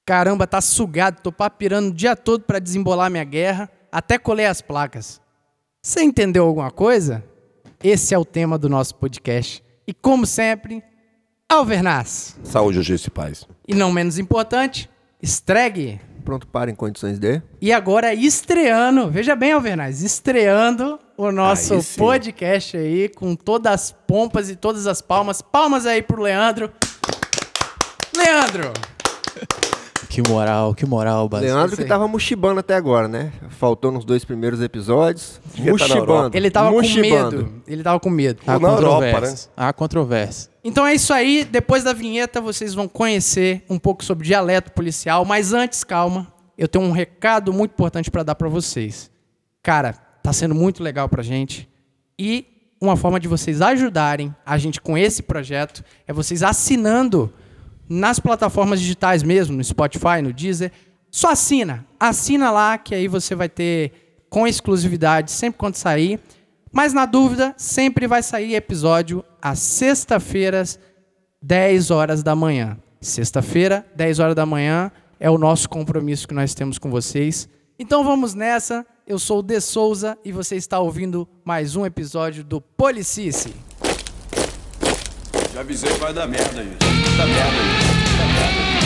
Caramba, tá sugado, tô papirando o dia todo pra desembolar minha guerra, até colei as placas. Você entendeu alguma coisa? Esse é o tema do nosso podcast. E como sempre, Alvernaz. Saúde, justiça e paz. E não menos importante, Streg. Pronto para em condições de... E agora estreando, veja bem, Alvernaz, estreando o nosso podcast aí com todas as pompas e todas as palmas. Palmas aí pro Leandro. Leandro! Que moral, Basílio. Leandro que tava mochibando até agora, né? Faltou nos 2 primeiros episódios. Mochibando. Ele tava com medo. Há na Europa, controvérsia. Há controvérsia. Então é isso aí. Depois da vinheta vocês vão conhecer um pouco sobre dialeto policial. Mas antes, calma. Eu tenho um recado muito importante para dar para vocês. Cara, tá sendo muito legal pra gente. E uma forma de vocês ajudarem a gente com esse projeto é vocês assinando nas plataformas digitais mesmo, no Spotify, no Deezer. Só assina lá, que aí você vai ter com exclusividade sempre quando sair. Mas na dúvida, sempre vai sair episódio às sexta-feiras, 10 horas da manhã. Sexta-feira, 10 horas da manhã, é o nosso compromisso que nós temos com vocês. Então vamos nessa. Eu sou o De Souza e você está ouvindo mais um episódio do Policice. Já avisei que vai dar merda isso. Dá merda isso. Dá merda isso.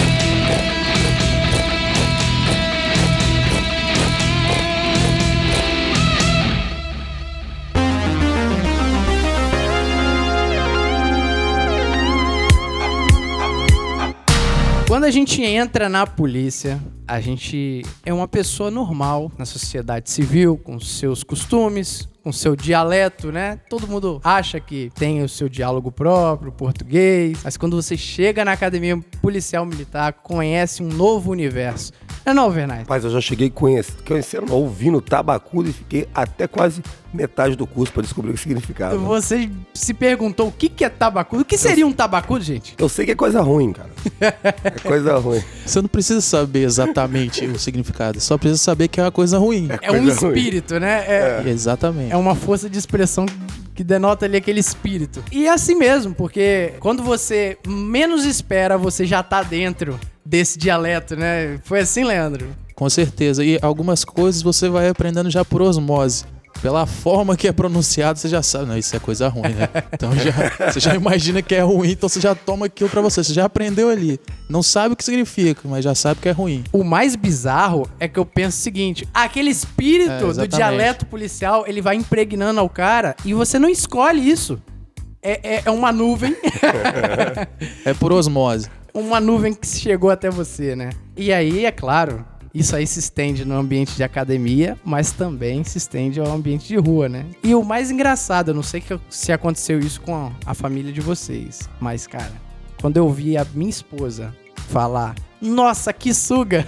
Quando a gente entra na polícia, a gente é uma pessoa normal na sociedade civil, com seus costumes, com seu dialeto, né? Todo mundo acha que tem o seu diálogo próprio, português, mas quando você chega na academia policial militar, conhece um novo universo. Não, Alvernaz? Rapaz, eu já cheguei conhecendo, ouvindo tabacudo e fiquei até quase metade do curso para descobrir o significado. Você se perguntou o que é tabacudo? O que seria um tabacudo, gente? Eu sei que é coisa ruim, cara. É coisa ruim. Você não precisa saber exatamente o significado, só precisa saber que é uma coisa ruim. É um espírito, né? Exatamente. É uma força de expressão que denota ali aquele espírito. E é assim mesmo, porque quando você menos espera, você já tá dentro desse dialeto, né? Foi assim, Leandro? Com certeza. E algumas coisas você vai aprendendo já por osmose. Pela forma que é pronunciado, você já sabe. Não, isso é coisa ruim, né? Então você já imagina que é ruim, então você já toma aquilo pra você. Você já aprendeu ali. Não sabe o que significa, mas já sabe que é ruim. O mais bizarro é que eu penso o seguinte: aquele espírito do dialeto policial, ele vai impregnando ao cara e você não escolhe isso. É uma nuvem. É por osmose. Uma nuvem que chegou até você, né? E aí, é claro, isso aí se estende no ambiente de academia, mas também se estende ao ambiente de rua, né? E o mais engraçado, eu não sei se aconteceu isso com a família de vocês, mas, cara, quando eu vi a minha esposa falar, nossa, que suga!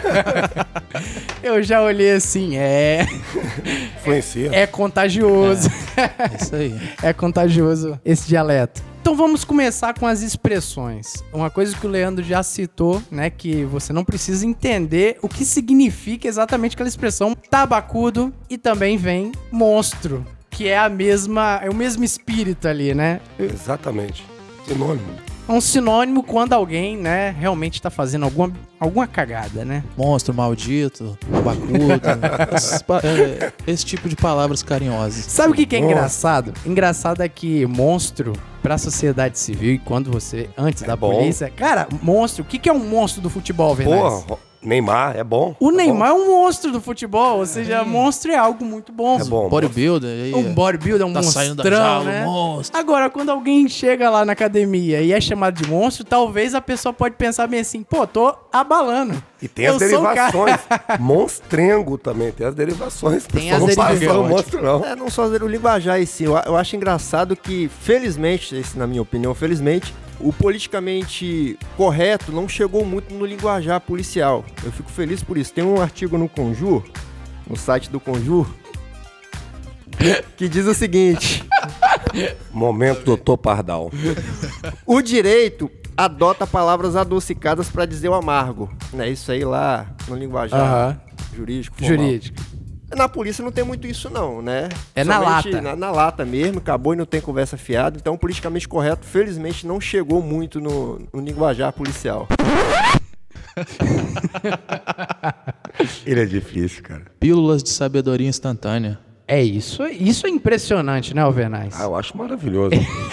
Eu já olhei assim, Influencia. É contagioso. É isso aí. É contagioso esse dialeto. Então vamos começar com as expressões. Uma coisa que o Leandro já citou, né, que você não precisa entender o que significa exatamente aquela expressão tabacudo, e também vem monstro, que é o mesmo espírito ali, né? Exatamente. Sinônimo. É um sinônimo quando alguém, né, realmente tá fazendo alguma cagada, né? Monstro, maldito, tabacudo. Esse tipo de palavras carinhosas. Sabe o que é engraçado? Engraçado é que monstro, pra sociedade civil, e quando você, antes da polícia... Cara, monstro, o que é um monstro do futebol, Vernaz? Porra, Neymar, é bom. O Neymar é um monstro do futebol, ou seja, monstro é algo muito bom. É bom. Bodybuilder. Um bodybuilder é um tá monstrão, saindo da jaula, né? Monstro. Agora, quando alguém chega lá na academia e é chamado de monstro, talvez a pessoa pode pensar bem assim, pô, tô abalando. E tem as derivações. Monstrengo também, tem as derivações. Tem as não derivações. passa o monstro, não. Não só o linguajar em si. Eu acho engraçado que, felizmente, esse, na minha opinião, felizmente, o politicamente correto não chegou muito no linguajar policial. Eu fico feliz por isso. Tem um artigo no Conjur, no site do Conjur, que diz o seguinte: Momento doutor Pardal. o direito adota palavras adocicadas para dizer o amargo. Né? Isso aí lá no linguajar jurídico. Formal. Jurídico. Na polícia não tem muito isso não, né? É na somente lata. Na lata mesmo, acabou e não tem conversa fiada. Então o politicamente correto, felizmente, não chegou muito no linguajar policial. Ele é difícil, cara. Pílulas de sabedoria instantânea. É isso é impressionante, né, Alvernais? Eu acho maravilhoso.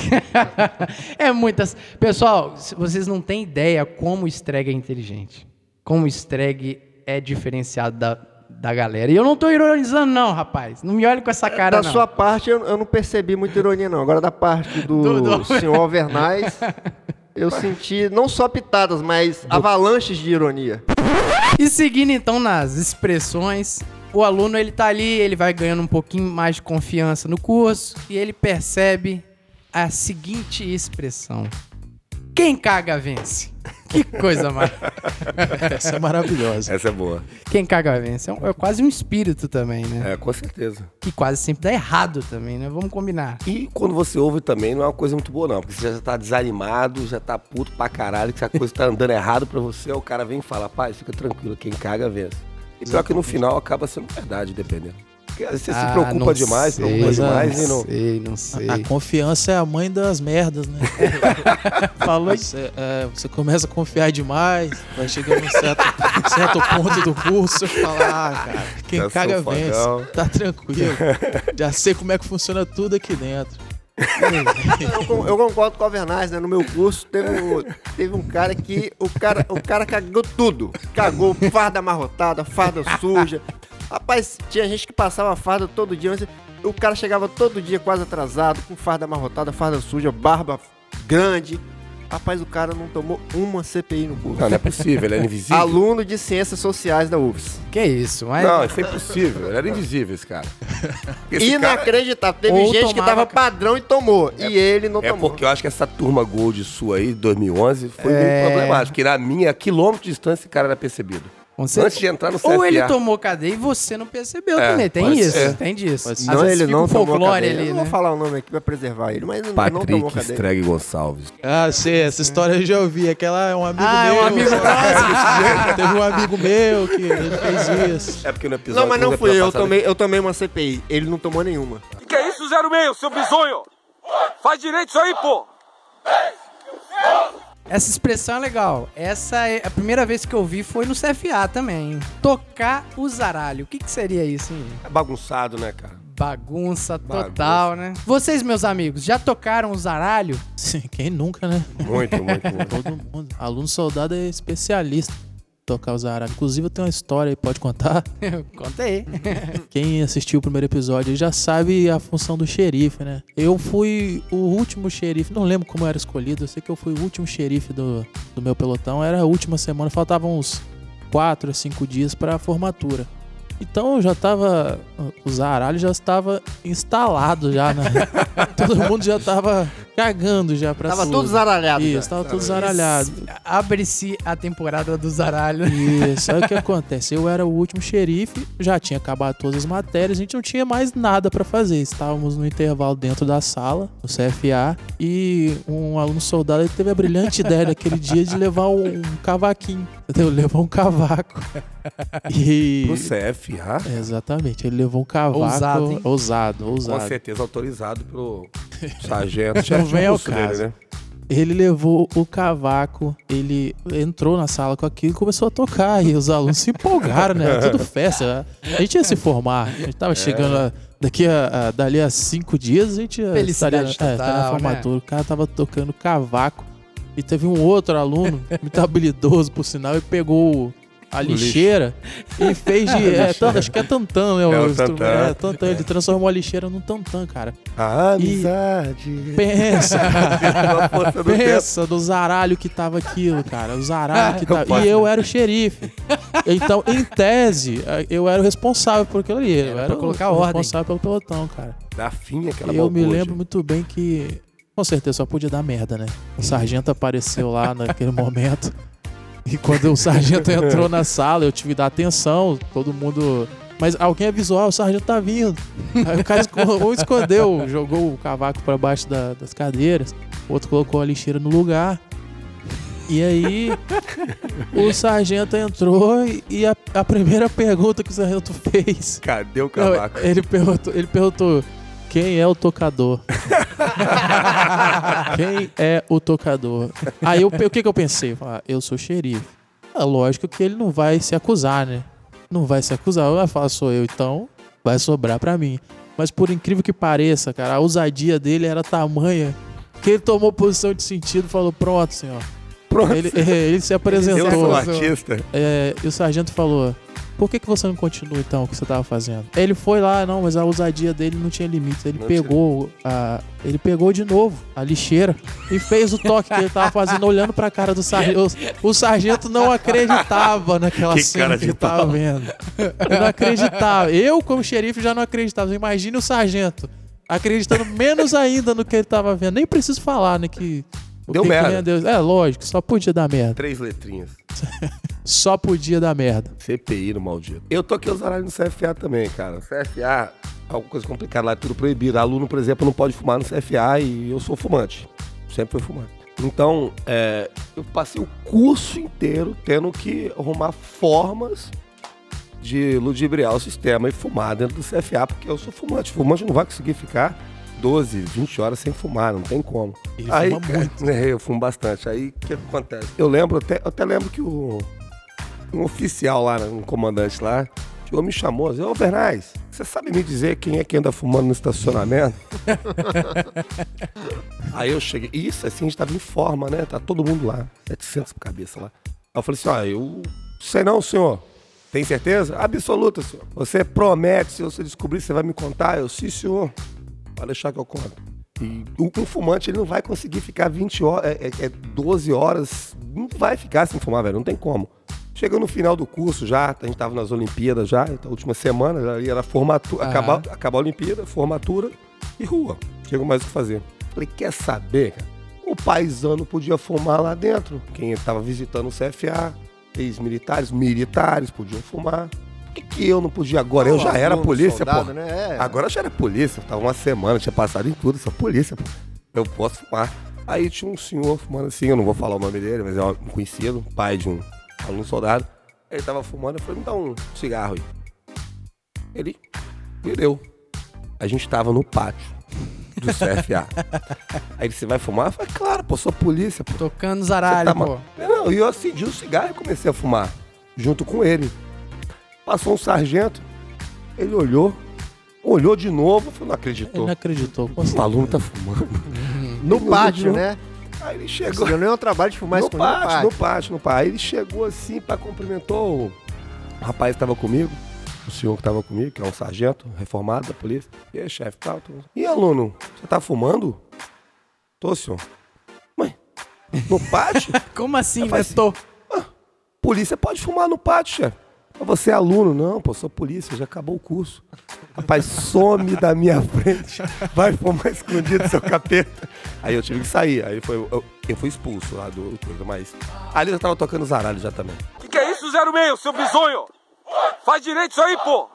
É muitas... Pessoal, vocês não têm ideia como o Streg é inteligente. Como o Streg é diferenciado da galera. E eu não tô ironizando, não, rapaz. Não me olhe com essa cara, Da não. sua parte, eu não percebi muita ironia, não. Agora, da parte do senhor Alvernais, eu senti não só pitadas, mas avalanches de ironia. E seguindo, então, nas expressões... O aluno, ele tá ali, ele vai ganhando um pouquinho mais de confiança no curso e ele percebe a seguinte expressão. Quem caga, vence. Que coisa mais... Essa é maravilhosa. Essa é boa. Quem caga, vence. É quase um espírito também, né? É, com certeza. Que quase sempre dá errado também, né? Vamos combinar. E quando você ouve também, não é uma coisa muito boa, não. Porque você já tá desanimado, já tá puto pra caralho, que a coisa tá andando errado pra você, aí o cara vem e fala, rapaz, fica tranquilo, quem caga, vence. E pior que no final acaba sendo verdade, dependendo. Porque às vezes você se preocupa demais, Não sei. A confiança é a mãe das merdas, né? Falou. Você começa a confiar demais, vai chegando num certo ponto do curso e fala, cara, quem Já caga sou vence. fagão. Tá tranquilo. Já sei como é que funciona tudo aqui dentro. Eu concordo com o Alvernais, né? No meu curso teve um cara que o cara cagou tudo. Cagou farda amarrotada, farda suja. Rapaz, tinha gente que passava farda todo dia. Mas o cara chegava todo dia quase atrasado, com farda amarrotada, farda suja, barba grande. Rapaz, o cara não tomou uma CPI no curso. Não é possível, ele era invisível. Aluno de Ciências Sociais da UFS. Que isso, mas... Não, isso é impossível, ele era invisível esse cara. Esse cara Inacreditável. Teve Ou gente que tomava dava padrão e tomou. E ele não é tomou. porque eu acho que essa turma Gold sua aí, de 2011, foi meio problemática. Porque na minha, a quilômetro de distância, esse cara era percebido. Antes de entrar no CFA. Ou ele tomou cadeia e você não percebeu também. Tem pode isso, ser. tem disso. Às Não, vezes ele fica não um tomou folclore cadeia. ali, Eu não né? vou falar o nome aqui pra preservar ele, mas não tomou Patrick cadeia. Streg Gonçalves. Ah, sei, essa história eu já ouvi. Aquela é um amigo Ah, é meu. um amigo Teve um amigo meu que ele fez isso. É porque no episódio... Não, mas não no fui eu. passado- Eu tomei uma CPI. Ele não tomou nenhuma. Que é isso, 06, seu bisonho? Faz direito isso aí, pô! Essa expressão é legal. Essa é a primeira vez que eu vi foi no CFA também. Tocar o zaralho. O que seria isso, hein? É bagunçado, né, cara? Bagunça total, né? Vocês, meus amigos, já tocaram o zaralho? Sim, quem nunca, né? Muito. Todo mundo. Aluno soldado é especialista em tocar o zaralho. Inclusive, eu tenho uma história aí, pode contar? Conta aí. Quem assistiu o primeiro episódio já sabe a função do xerife, né? Eu fui o último xerife, não lembro como eu era escolhido, eu sei que eu fui o último xerife do meu pelotão. Era a última semana, faltavam uns 4 a 5 dias para a formatura. Então eu já tava, o zaralho já estava instalado já, né? Todo mundo já tava cagando já pra Tava tudo. tudo zaralhado. já. Isso, tava tudo zaralhado. Abre-se a temporada do zaralho. Isso, aí o que acontece? Eu era o último xerife, já tinha acabado todas as matérias, a gente não tinha mais nada pra fazer. Estávamos no intervalo dentro da sala, no CFA, e um aluno soldado ele teve a brilhante ideia naquele dia de levar um cavaquinho, entendeu? Levou um cavaco. E... No CFA, Exatamente, ele levou um cavaco Ousado, hein? ousado. com certeza autorizado pelo sargento. Não vem ao curso dele, caso. né? Ele levou o cavaco, ele entrou na sala com aquilo e começou a tocar. E os alunos se empolgaram, né? Tudo festa. A gente ia se formar. A gente tava chegando dali a 5 dias, a gente Felicidade estaria total, na formatura. O cara tava tocando cavaco. E teve um outro aluno, muito habilidoso por sinal, e pegou a lixeira e fez de... acho que é tantã, né? o instrumento. tantã. Tantã. Ele transformou a lixeira num tantã, cara. A amizade. Pensa, A força do tempo. pensa do zaralho que tava aquilo, cara. O zaralho que tava... Rapaz. E eu era o xerife. Então, em tese, eu era o responsável por aquilo ali. Eu era pra colocar o ordem. responsável pelo pelotão, cara. Da fim, aquela E eu me balbúrdia. lembro muito bem que... Com certeza, só podia dar merda, né? O sargento apareceu lá naquele momento. E quando o sargento entrou na sala, eu tive que dar atenção, todo mundo... Mas alguém avisou, o sargento tá vindo. Aí o cara escondeu, jogou o cavaco pra baixo das cadeiras, o outro colocou a lixeira no lugar. E aí, o sargento entrou e a primeira pergunta que o sargento fez... Cadê o Não, cavaco? ele perguntou, quem é o tocador? Quem é o tocador? Aí o que eu pensei? Eu sou xerife. É lógico que ele não vai se acusar, né? Não vai se acusar. Vai falar, sou eu, então vai sobrar pra mim. Mas por incrível que pareça, cara, a ousadia dele era tamanha que ele tomou posição de sentido e falou, pronto, senhor. Pronto. Ele se apresentou. Eu sou artista. E o sargento falou, por que você não continua então o que você tava fazendo? Ele foi lá, não, mas a ousadia dele não tinha limites. Ele pegou de novo a lixeira e fez o toque que ele tava fazendo olhando pra cara do sargento. O sargento não acreditava naquela cena que ele tava vendo. Ele não acreditava. Eu, como xerife, já não acreditava. Imagine o sargento acreditando menos ainda no que ele tava vendo. Nem preciso falar, né, que... Deu merda. Deus. É, lógico, só podia dar merda. 3 letrinhas. Só podia dar merda. CPI no maldito. Eu toquei os horários no CFA também, cara. CFA, alguma coisa complicada lá, é tudo proibido. Aluno, por exemplo, não pode fumar no CFA e eu sou fumante. Sempre fui fumante. Então, eu passei o curso inteiro tendo que arrumar formas de ludibriar o sistema e fumar dentro do CFA, porque eu sou fumante. Fumante não vai conseguir ficar 12, 20 horas sem fumar, não tem como. Ele aí, fuma muito. Eu fumo bastante. Aí, o que acontece? Eu até lembro que um oficial lá, um comandante lá, chegou, me chamou, disse, ô Bernais, você sabe me dizer quem é que anda fumando no estacionamento? Aí eu cheguei, isso assim, a gente tava em forma, né? Tá todo mundo lá, 700 por cabeça lá. Aí eu falei assim, eu sei não, senhor. Tem certeza? Absoluta, senhor. Você promete, se você descobrir, você vai me contar? Eu, sim, senhor. Pode deixar que eu conto. E um fumante, ele não vai conseguir ficar 20 horas, 12 horas, não vai ficar sem fumar, velho, não tem como. Chegou no final do curso já, a gente tava nas Olimpíadas já, então, a última semana, já era formatura, acabar a Olimpíada, formatura e rua. Chegou mais o que fazer. Falei, quer saber, cara? O paisano podia fumar lá dentro. Quem estava visitando o CFA, ex-militares, militares podiam fumar. Por que eu não podia agora? Eu já era polícia, soldado, pô. né? Agora eu já era polícia, tava uma semana, tinha passado em tudo, sou polícia, pô. Eu posso fumar. Aí tinha um senhor fumando assim, eu não vou falar o nome dele, mas é um conhecido, pai de um aluno soldado. Ele tava fumando, eu falei, me dá um cigarro aí. Ele me deu. A gente tava no pátio do CFA. Aí ele, você vai fumar? Eu falei, claro, pô, sou polícia, pô. Tocando zaralho, pô. Não, e eu acendi o cigarro e comecei a fumar, junto com ele. Passou um sargento, ele olhou de novo, falou, não acreditou. Ele não acreditou. O aluno tá fumando. No pátio, né? Aí ele chegou. Não é um trabalho de fumar escondido no pátio. Aí ele chegou assim, cumprimentou o rapaz que tava comigo, o senhor que tava comigo, que é um sargento reformado da polícia. E aí, chefe, tal. E aluno, você tá fumando? Tô, senhor. Mãe, no pátio? Como assim, Eu falei né? Tô. Polícia pode fumar no pátio, chefe. Você é aluno? Não, pô, sou polícia, já acabou o curso. Rapaz, some da minha frente. Vai fumar escondido, seu capeta. Aí eu tive que sair. Aí eu fui expulso lá do coisa, mas... Ali eu já tava tocando zaralho já também. Que é isso, 06, seu bizonho? Faz direito isso aí, pô!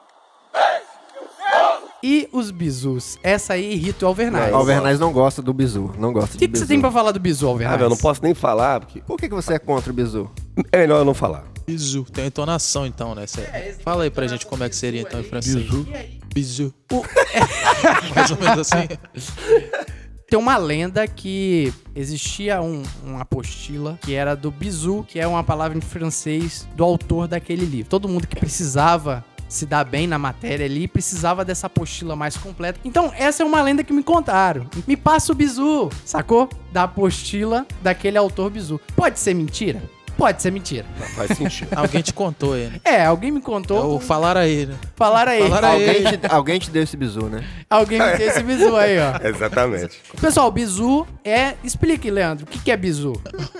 E os bizus? Essa aí irrita o Alvernais. O Alvernais não gosta do bizu. Não gosta O que você tem pra falar do bizu, Alvernais? Eu não posso nem falar, porque... Por que você é contra o bizu? É melhor eu não falar. Bizu. Tem entonação, então, né? Fala aí pra gente como é que seria, então, em francês. Bizu. Mais ou menos assim. Tem uma lenda que existia uma apostila que era do bizu, que é uma palavra em francês do autor daquele livro. Todo mundo que precisava se dar bem na matéria ali precisava dessa apostila mais completa. Então, essa é uma lenda que me contaram. Me passa o bizu, sacou? Da apostila daquele autor bizu. Pode ser mentira? Pode ser mentira. Não faz sentido. Alguém te contou aí, né? Alguém me contou. Falar aí, né? Falaram aí. Alguém te deu esse bizu, né? Alguém me deu esse bizu aí, ó. Exatamente. Pessoal, bizu Explique, Leandro, o que é bizu?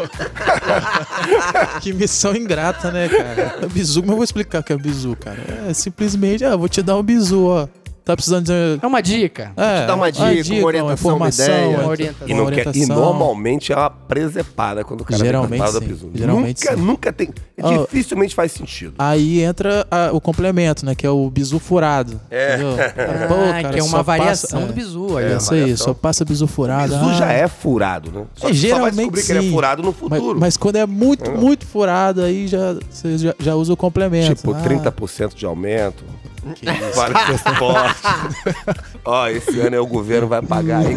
Que missão ingrata, né, cara? Bizu, como eu vou explicar o que é bizu, cara? É simplesmente, vou te dar um bizu, ó. Tá precisando de... É uma dica. Te dá uma dica, uma orientação, uma ideia. Uma orientação. E normalmente é uma presepada quando o cara geralmente vem sim. da bizu. Geralmente Nunca tem. Dificilmente faz sentido. Aí entra o complemento, né? Que é o bizu furado. Entendeu? Pô, cara, que é uma só variação passa, do bizu. Aí, Isso aí, só passa bizu furado. Bizu já é furado, né? Só que geralmente só vai descobrir que ele é furado no futuro. Mas quando é muito furado, aí você já usa o complemento. Tipo, 30% de aumento. Vários transportes. Ó, esse ano aí o governo vai pagar aí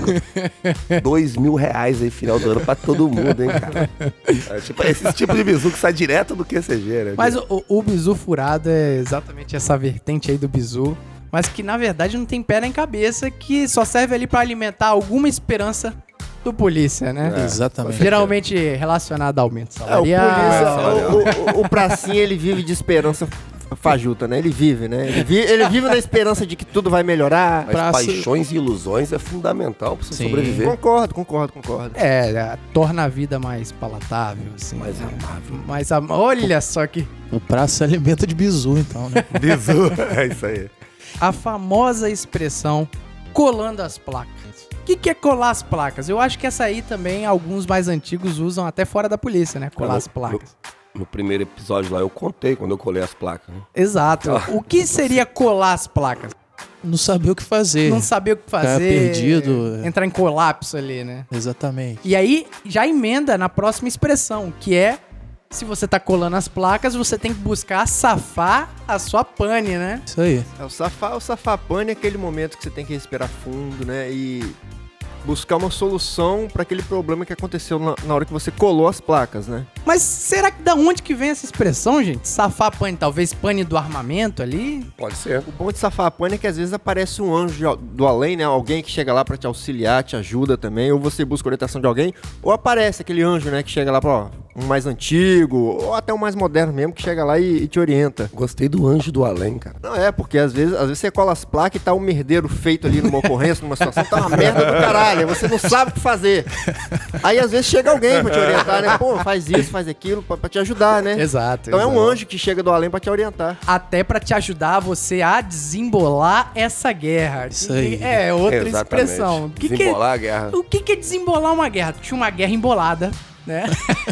R$2.000 aí final do ano pra todo mundo, hein, cara. Esse tipo de bizu que sai direto do QCG, né? Mas o bizu furado é exatamente essa vertente aí do bizu, mas que na verdade não tem pé nem cabeça, que só serve ali pra alimentar alguma esperança do polícia, né? Exatamente. Geralmente relacionado ao aumento O salarial. polícia, o pracinha, ele vive de esperança fajuta, né? Ele vive, né? Ele vive na esperança de que tudo vai melhorar. Mas paixões e ilusões é fundamental pra você sobreviver. Concordo. Torna a vida mais palatável, assim. Mais amável. Olha só que... O praça se alimenta de bizu, então, né? Bizu, é isso aí. A famosa expressão colando as placas. O que é colar as placas? Eu acho que essa aí também alguns mais antigos usam até fora da polícia, né? Colar as placas. No primeiro episódio lá eu contei quando eu colei as placas. Né? Exato. O que seria colar as placas? Não sabia o que fazer. Não saber o que fazer. Ficar perdido. Entrar em colapso ali, né? Exatamente. E aí já emenda na próxima expressão, que é: se você tá colando as placas, você tem que buscar safar a sua pane, né? Isso aí. O safar pane é aquele momento que você tem que respirar fundo, né? E buscar uma solução para aquele problema que aconteceu na hora que você colou as placas, né? Mas será que da onde que vem essa expressão, gente? Safar pane, talvez pane do armamento ali? Pode ser. O bom de safar pane é que às vezes aparece um anjo do além, né? Alguém que chega lá para te auxiliar, te ajuda também, ou você busca orientação de alguém, ou aparece aquele anjo, né, que chega lá para um mais antigo, ou até um mais moderno mesmo, que chega lá e te orienta. Gostei do anjo do além, cara. Não porque às vezes você cola as placas e tá um merdeiro feito ali numa ocorrência, numa situação, tá uma merda do caralho, aí você não sabe o que fazer. Aí às vezes chega alguém pra te orientar, né? Pô, faz isso, faz aquilo, pra te ajudar, né? Exato. Então é um anjo que chega do além pra te orientar. Até pra te ajudar você a desembolar essa guerra. Isso aí. É outra Exatamente. expressão. Desembolar a guerra. O que é desembolar uma guerra? Tinha uma guerra embolada, né?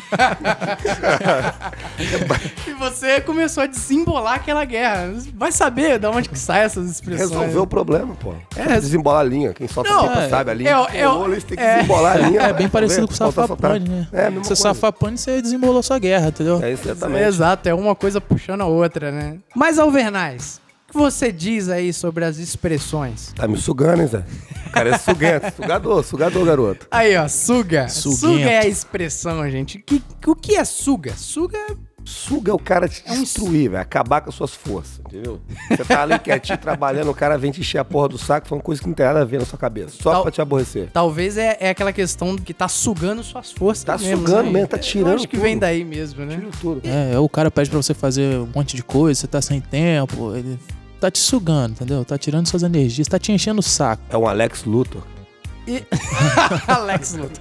E você começou a desembolar aquela guerra. Vai saber de onde que saem essas expressões. Resolver o problema, pô. É. Desembolar a linha. Quem solta Não, pipa sabe a linha. eles tem que desembolar a linha. É bem parecido com o Falta safapane, né? É a mesma Você coisa. safapane, você desembolou sua guerra, entendeu? É isso exatamente. Exato, é uma coisa puxando a outra, né? Mas, Alvernaz, o que você diz aí sobre as expressões? Tá me sugando, hein, Zé? O cara é sugento. Sugador, garoto. Aí, ó, suga. Suguento. Suga é a expressão, gente. O que é suga? Suga Suga é o cara te destruir, velho. Acabar com as suas forças, entendeu? Você tá ali quietinho, trabalhando, o cara vem te encher a porra do saco, falando coisa que não tem nada a ver na sua cabeça. Só pra te aborrecer. talvez é aquela questão que tá sugando suas forças. Tá mesmo, sugando né? mesmo, tá tirando Eu acho que vem tudo. daí mesmo, né? Tira tudo. O cara pede pra você fazer um monte de coisa, você tá sem tempo, ele tá te sugando, entendeu? Tá tirando suas energias, tá te enchendo o saco. É um Alex Luthor. Alex Luthor.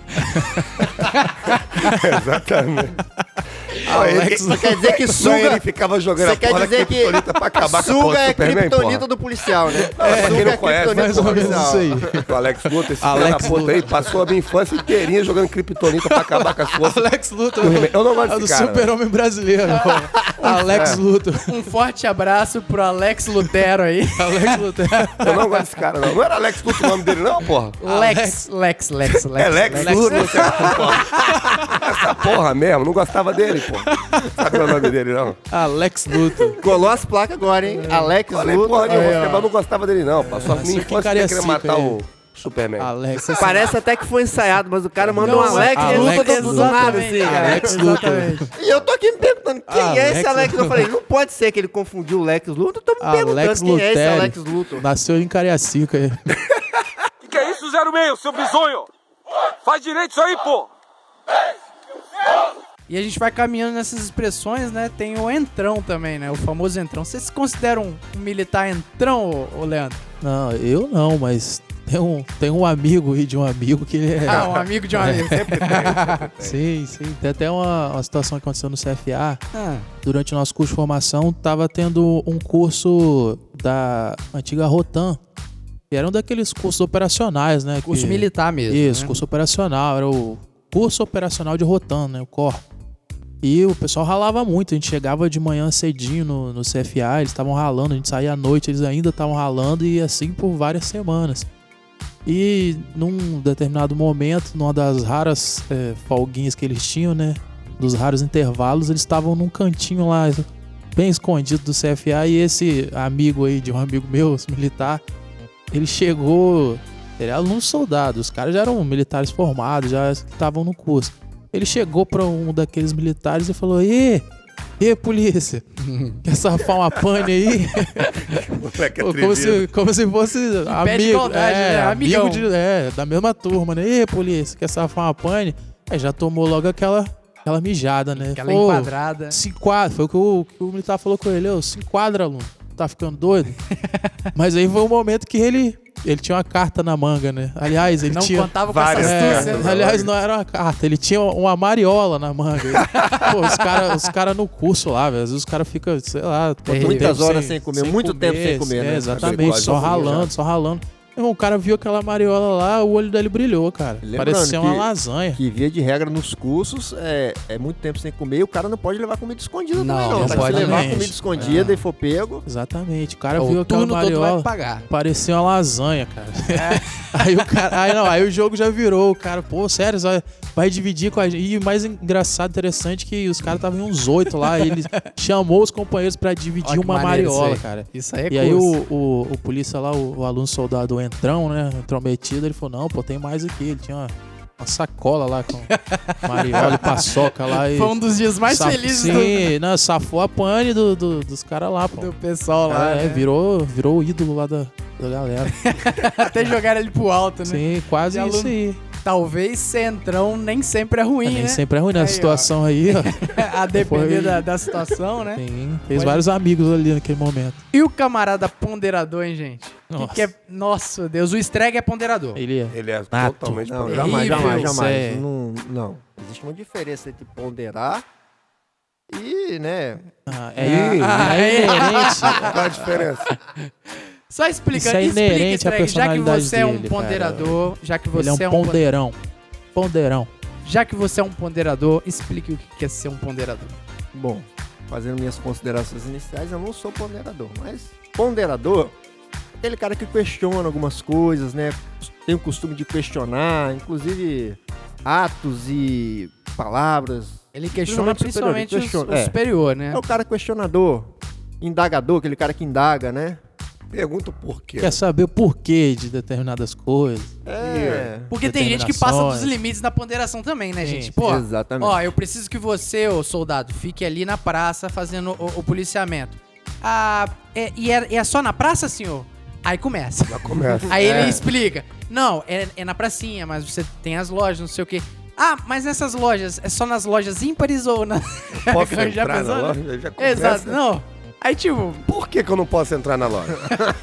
Exatamente. Isso quer dizer que Ele suga... ficava jogando Você a quer porra da dizer que criptonita pra acabar com a porra suga do é Superman, criptonita porra. do policial, né? Quem Suga não é conhece, criptonita mais do ou menos policial. isso aí. O Alex Luthor, esse filho Alex da puta aí, passou a minha infância inteirinha jogando criptonita pra acabar com as forças. Alex Luthor Eu não gosto é do desse cara. super-homem brasileiro. Alex Luthor. Um forte abraço pro Alex Lutero aí. Alex Luthor. Eu não gosto desse cara, não. Não era Alex Luthor o nome dele, não, porra? Lex. É Lex Luthor, você porra. Essa porra mesmo, não gostava dele, porra. Sabe o nome dele, não? Alex Luthor. Colou as placas agora, hein? Alex Falei, Luthor. porra nenhuma, mas eu não gostava dele, não. Passou a minha Isso aqui infância cara é querendo seca matar aí. o Superman. Alex. Parece até que foi ensaiado, mas o cara manda um Alex e ele Alex luta do nada, assim, cara. Alex Luthor. E eu tô aqui me perguntando, quem é esse Alex Alex? Eu falei, não pode ser que ele confundiu o Lex Luthor. Eu tô me perguntando Alex quem é esse Luthor. Alex Luthor. Nasceu em Cariacica. Que é isso, 06, seu bizonho? Faz direito isso aí, pô! E a gente vai caminhando nessas expressões, né? Tem o entrão também, né? O famoso entrão. Vocês se consideram um militar entrão, ô Leandro? Não, eu não, mas tem um amigo aí de um amigo que ele é... Ah, um amigo de um amigo. Sim. Tem até uma situação que aconteceu no CFA. Ah, Durante o nosso curso de formação, tava tendo um curso da antiga Rotan. Que era um daqueles cursos operacionais, né? curso que... militar mesmo. Isso, né? curso operacional. Era o curso operacional de Rotan, né? O COR. E o pessoal ralava muito. A gente chegava de manhã cedinho no CFA, eles estavam ralando. A gente saía à noite, eles ainda estavam ralando. E assim por várias semanas. E num determinado momento, numa das raras folguinhas que eles tinham, né? Dos raros intervalos, eles estavam num cantinho lá, bem escondido do CFA, e esse amigo aí, de um amigo meu, militar, ele chegou... Ele era aluno soldado, os caras já eram militares formados, já estavam no curso. Ele chegou pra um daqueles militares e falou: E polícia, quer safar uma pane aí? Moleque Pô, atrevido. como se fosse pede amigo, igualdade, né? Amigão. da mesma turma, né? E polícia, quer safar uma pane? Aí já tomou logo aquela mijada, né? Aquela Pô, enquadrada. se enquadra, foi o que o militar falou com ele: se enquadra, aluno, tá ficando doido? Mas aí foi um momento que ele tinha uma carta na manga, né? Aliás, ele Não tinha... contava com várias essa cartas. astúcia. aliás, não era uma carta, ele tinha uma mariola na manga. Pô, os cara no curso lá, velho, às vezes os caras ficam, sei lá... Terrível. Muitas horas sem comer, muito tempo sem comer, né? Exatamente, só ralando. Irmão, o cara viu aquela mariola lá, o olho dele brilhou, cara. Lembrando Parecia uma que- lasanha. Que via de regra nos cursos é muito tempo sem comer e o cara não pode levar comida escondida Não, também, não. não Se pode você levar mesmo. comida escondida e for pego... Exatamente, o cara O viu aquela turno todo vai mariola, pagar. parecia uma lasanha, cara. Aí o cara, aí o jogo já virou, o cara, pô, sério, vai dividir com a gente. E o mais engraçado, interessante, que os caras estavam em uns 8 lá, e ele chamou os companheiros pra dividir Olha que uma maneiro mariola, isso aí. cara. Isso aí é E aí curso. o polícia lá, o aluno soldado entrão, né, intrometido, ele falou: não, pô, tem mais aqui. Ele tinha uma sacola lá com mariola e paçoca lá. E Foi um dos dias mais felizes Sim, não, safou a pane dos caras lá, pô. do pessoal lá. né? virou o ídolo lá da galera. Até jogaram ele pro alto, né? Sim, quase De isso aluno. aí. Talvez centrão nem sempre é ruim, Nem né? sempre é ruim, né? Aí, A situação aí, ó. A depender Foi- da situação, né? Sim, fez Pode- vários amigos ali naquele momento. E o camarada ponderador, hein, gente? Nossa. Que é... Nossa, Deus, o estreg é ponderador. Ele é. Ele é Nato. totalmente Não, ponderado. Terrível. jamais. É. Não. Existe uma diferença entre ponderar e, né... É inerente. Qual a diferença? Só explica, Isso é inerente à Estreg, já que personalidade você é um dele, ponderador, já que Ele você é um ponderão. Ponderão. Já que você é um ponderador, explique o que é ser um ponderador. Bom, fazendo minhas considerações iniciais, eu não sou ponderador, mas ponderador é aquele cara que questiona algumas coisas, né? Tem o costume de questionar, inclusive atos e palavras. Ele questiona Principalmente principalmente superior, o é. superior, né? É o cara questionador, indagador, aquele cara que indaga, né? Pergunta o porquê. Quer saber o porquê de determinadas coisas. É. Porque tem gente que passa dos determinações. limites na ponderação também, né, Sim, gente? Pô, exatamente. ó, eu preciso que você, ô soldado, fique ali na praça fazendo o policiamento. Ah, é só na praça, senhor? Aí começa. Já começa. Aí ele explica. Não, é na pracinha, mas você tem as lojas, não sei o quê. Ah, mas nessas lojas, é só nas lojas ímpares ou na... Posso Já entrar na pensou, né? loja? Já começa. Exato, não. Aí, tipo, Por que eu não posso entrar na loja?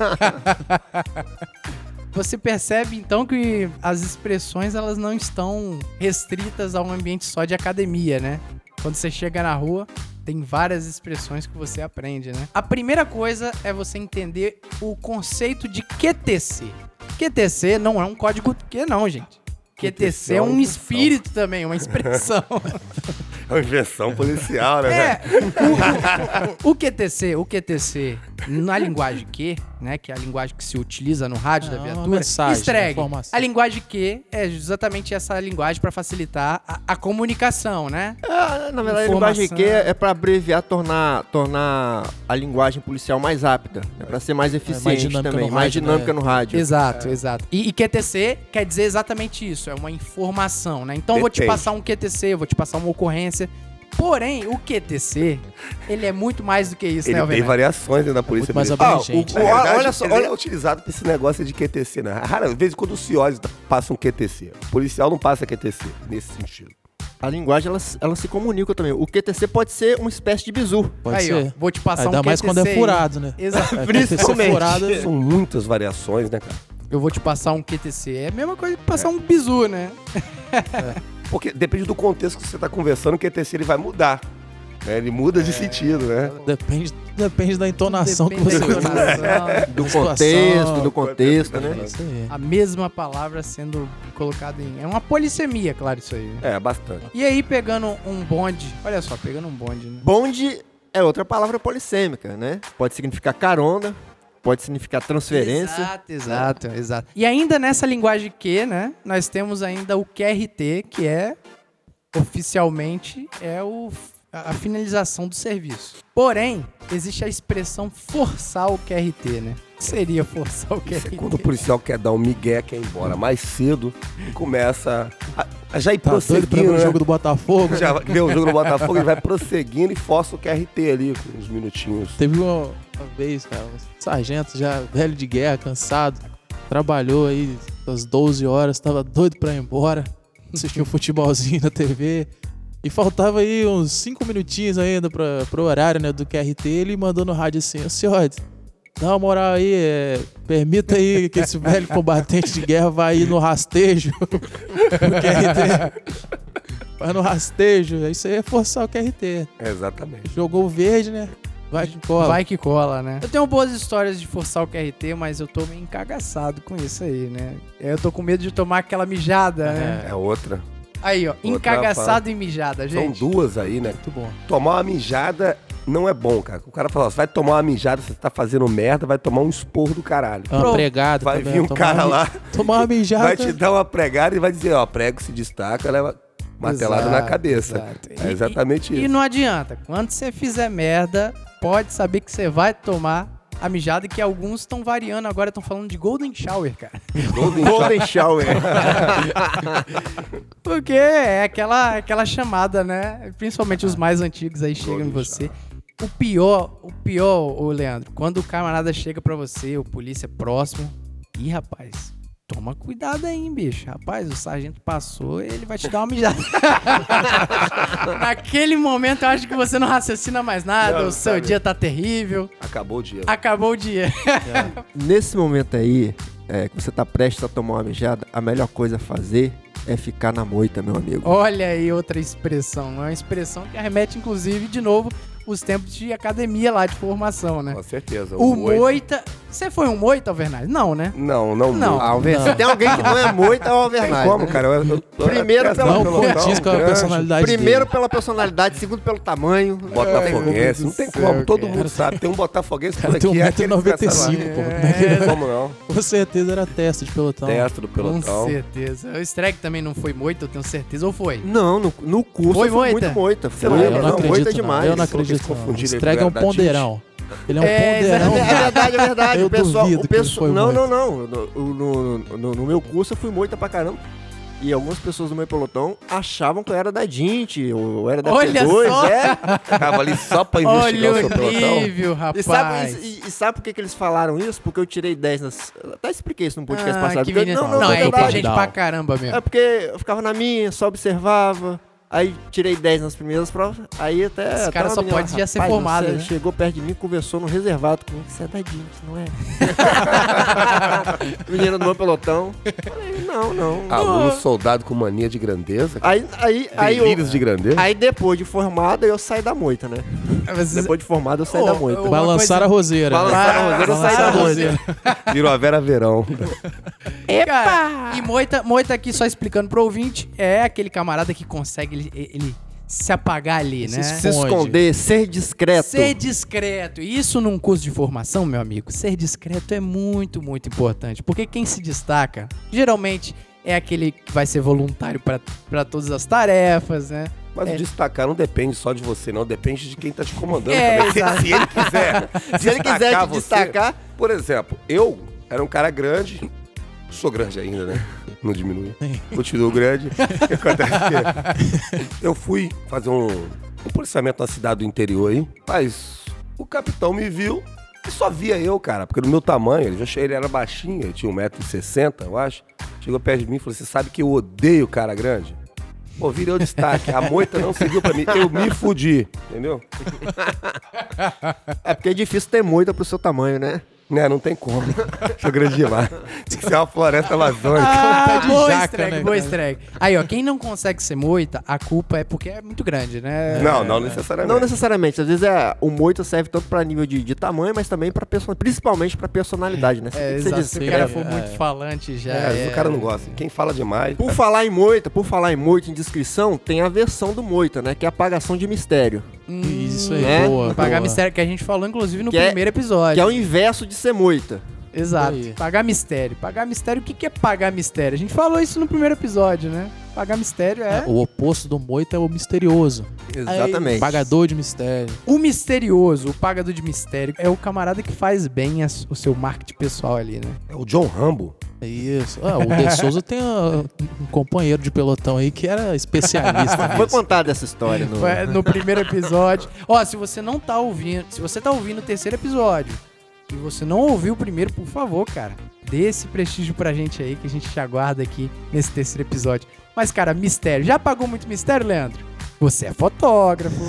você percebe, então, que as expressões, elas não estão restritas a um ambiente só de academia, né? Quando você chega na rua, tem várias expressões que você aprende, né? A primeira coisa é você entender o conceito de QTC. QTC não é um código Q, não, gente. QTC é um espírito também, uma expressão. É uma invenção policial, né? É, o QTC, na linguagem Q, né, que é a linguagem que se utiliza no rádio da É uma viatura, mensagem, estreg. informação. A linguagem Q é exatamente essa linguagem para facilitar a comunicação, né? Na verdade, a Informação. linguagem Q é para abreviar, tornar a linguagem policial mais rápida. É para ser mais eficiente dinâmica também, no mais rádio, dinâmica né? no rádio. Exato, exato. E QTC quer dizer exatamente isso, é uma informação, né? Então eu vou te Depende. passar um QTC, eu vou te passar uma ocorrência. Porém, o QTC, ele é muito mais do que isso, Ele né, tem Alvena? variações dentro da polícia Muito mais militar. abrangente. Na verdade, Olha só, ele olha- é utilizado pra esse negócio de QTC, né? Rara vez quando o CIOS passa um QTC. O policial não passa QTC, nesse sentido. A linguagem, ela se comunica também. O QTC pode ser uma espécie de bizu. Pode Aí, ser. ó, vou te passar um Ainda mais QTC quando é aí. furado, né? Exato. Principalmente. Furado, São muitas variações, né, cara? Eu vou te passar um QTC. É a mesma coisa que passar um bizu, né? Porque depende do contexto que você tá conversando, o QTC ele vai mudar. Né? Ele muda de sentido, né? Depende da entonação Depende que você da usa. entonação. Do situação, contexto, né? É isso aí. A mesma palavra sendo colocada em... É uma polissemia, claro, isso aí. né? É, bastante. E aí, pegando um bonde... Olha só, pegando um bonde, né? Bonde é outra palavra polissêmica, né? Pode significar carona, pode significar transferência. Exato. E ainda nessa linguagem Q, né? Nós temos ainda o QRT, que é, oficialmente, a finalização do serviço. Porém, existe a expressão forçar o QRT, né? O que seria forçar o QRT? Quando o policial quer dar um migué, quer ir embora mais cedo, e começa a já ir Tá doido pra ver prosseguindo, o né? jogo do Botafogo? Já vê o jogo do Botafogo, ele vai prosseguindo e força o QRT ali, com uns minutinhos. Teve uma vez, cara, um sargento já velho de guerra, cansado, trabalhou aí às 12 horas, tava doido pra ir embora, assistiu um futebolzinho na TV e faltava aí uns 5 minutinhos ainda pro horário, né, do QRT. Ele mandou no rádio assim: "Ô senhor, dá uma moral aí, permita aí que esse velho combatente de guerra vá aí no rastejo." O QRT vai no rastejo, isso aí é forçar o QRT. Exatamente. Jogou o verde, né? Vai que cola. Vai que cola, né? Eu tenho boas histórias de forçar o QRT, mas eu tô meio encagaçado com isso aí, né? Eu tô com medo de tomar aquela mijada, né? É outra. Aí, ó, Outra encagaçado e mijada, São gente. duas aí, né? Muito bom. Tomar uma mijada não é bom, cara. O cara fala, ó, você vai tomar uma mijada, você tá fazendo merda, vai tomar um esporro do caralho. Uma pregada Vai também, vir um tomar cara uma- lá, Tomar uma mijada. vai te dar uma pregada e vai dizer, ó, prego se destaca, leva martelada na Exato, cabeça. exato. É exatamente E isso. não adianta. Quando você fizer merda, pode saber que você vai tomar a mijada, que alguns estão variando agora, estão falando de Golden Shower, cara. Golden Shower. Porque é aquela chamada, né? Principalmente os mais antigos aí chegam em Golden você. O pior, ô Leandro, quando o camarada chega pra você, o polícia próximo, ih, rapaz, toma cuidado aí, hein, bicho. Rapaz, o sargento passou, ele vai te dar uma mijada. Naquele momento, eu acho que você não raciocina mais nada, Não, o seu sabe. dia tá terrível, Acabou o dia. acabou o dia. Nesse momento aí, que você tá prestes a tomar uma mijada, a melhor coisa a fazer é ficar na moita, meu amigo. Olha aí outra expressão, é uma expressão que arremete, inclusive, de novo, os tempos de academia lá, de formação, né? Com certeza. O moita... Você foi um moita, Alvernaz? Não, né? Não Não. muito. Se tem alguém que não é moita, é o Tem Alvernaz. como, né? cara? Primeiro pela- Não pelotão, condiz com a grande, personalidade Primeiro dele. pela personalidade, segundo pelo tamanho. Botafoguense, não tem como, todo cara. mundo sabe. Tem um botafoguense por Cara, aqui. tem é aquele que fica 1,95 m, falando. pô. É. Não tem como não. Com certeza era testa de pelotão. Testa do Com pelotão. certeza. O Streg também não foi moita, eu tenho certeza. Ou foi? Não, no curso Foi eu fui moita? muito moita. Você Foi, não Eu lembra, não moita acredito, não. demais. Eu não Só que eles acredito, não. confundiram Esse ele Strega é um com o Bernadette. ponderão. Ele é um É, ponderão. É verdade, é verdade. Eu O pessoal, duvido que ele foi não, moita. No meu curso eu fui moita pra caramba. E algumas pessoas do meu pelotão achavam que eu era da Dint, ou era da Olha T2, só! Tava ali só pra investigar Olha o seu o pelotão. nível, rapaz. E sabe por que eles falaram isso? Porque eu tirei 10 nas... Eu até expliquei isso no podcast passado. que Porque menino. não, Não, é é verdade. inteligente pra caramba mesmo. É porque eu ficava na minha, só observava. Aí tirei 10 nas primeiras provas. Aí até. Esse até cara uma só menina, pode já ser "Rapaz, formado, você né?" Chegou perto de mim, conversou no reservado comigo. Você é da Dint, não é? Menina do meu pelotão. Falei, não. Aluno soldado com mania de grandeza. Delírios de grandeza. Aí depois de formado, eu saí da moita, né? Mas- Depois de formado, eu saí Ô, da moita. ô, Balançar a roseira. Balançar a roseira, eu saí da moita. Virou a Vera Verão. Cara, e moita aqui, só explicando pro ouvinte, é aquele camarada que consegue ele se apagar ali, né? Se esconder, ser discreto. Ser discreto. Isso num curso de formação, meu amigo, ser discreto é muito, muito importante. Porque quem se destaca, geralmente, é aquele que vai ser voluntário pra todas as tarefas, né? Mas o destacar não depende só de você, não. Depende de quem tá te comandando É, também. exato. Se ele quiser. Se ele quiser te você- destacar. Por exemplo, eu era um cara grande. Sou grande ainda, né? Não diminui. Continuo grande. O que acontece é que eu fui fazer um policiamento na cidade do interior aí. Mas o capitão me viu e só via eu, cara. Porque no meu tamanho, ele era baixinho, ele tinha 1,60 m, eu acho. Chegou perto de mim e falou: "Você sabe que eu odeio cara grande?" Pô, virei o destaque. A moita não seguiu pra mim. Eu me fudi, entendeu? É porque é difícil ter moita pro seu tamanho, né? Né, não tem como. Sou grande demais. Tem que ser uma floresta amazônica. Ah, de boa jaca, estreg, né, boa cara? estreg. Aí, ó, quem não consegue ser moita, a culpa é porque é muito grande, né? Não necessariamente. Não necessariamente. Às vezes o moita serve tanto pra nível de tamanho, mas também pra principalmente pra personalidade, né? Você É, tem que ser exato. Se o discreto. cara for muito falante, já Às vezes o cara não gosta. Quem fala demais. Por falar em moita, em descrição, tem a versão do moita, né? Que é a apagação de mistério. Isso aí, né? boa. Pagar boa. mistério, que a gente falou, inclusive, no Que é- primeiro episódio. Que é o inverso de ser moita. Exato. Aí. Pagar mistério. Pagar mistério, o que é pagar mistério? A gente falou isso no primeiro episódio, né? Pagar mistério é... O oposto do moito é o misterioso. Exatamente. Pagador de mistério. O misterioso, o pagador de mistério, é o camarada que faz bem o seu marketing pessoal ali, né? É o John Rambo. É isso. O De Souza tem um companheiro de pelotão aí que era especialista Foi nisso. contada essa história No primeiro episódio. Ó, se você não tá ouvindo, se você tá ouvindo o terceiro episódio e você não ouviu o primeiro, por favor, cara, dê esse prestígio pra gente aí que a gente te aguarda aqui nesse terceiro episódio. Mas, cara, mistério. Já pagou muito mistério, Leandro? Você é fotógrafo,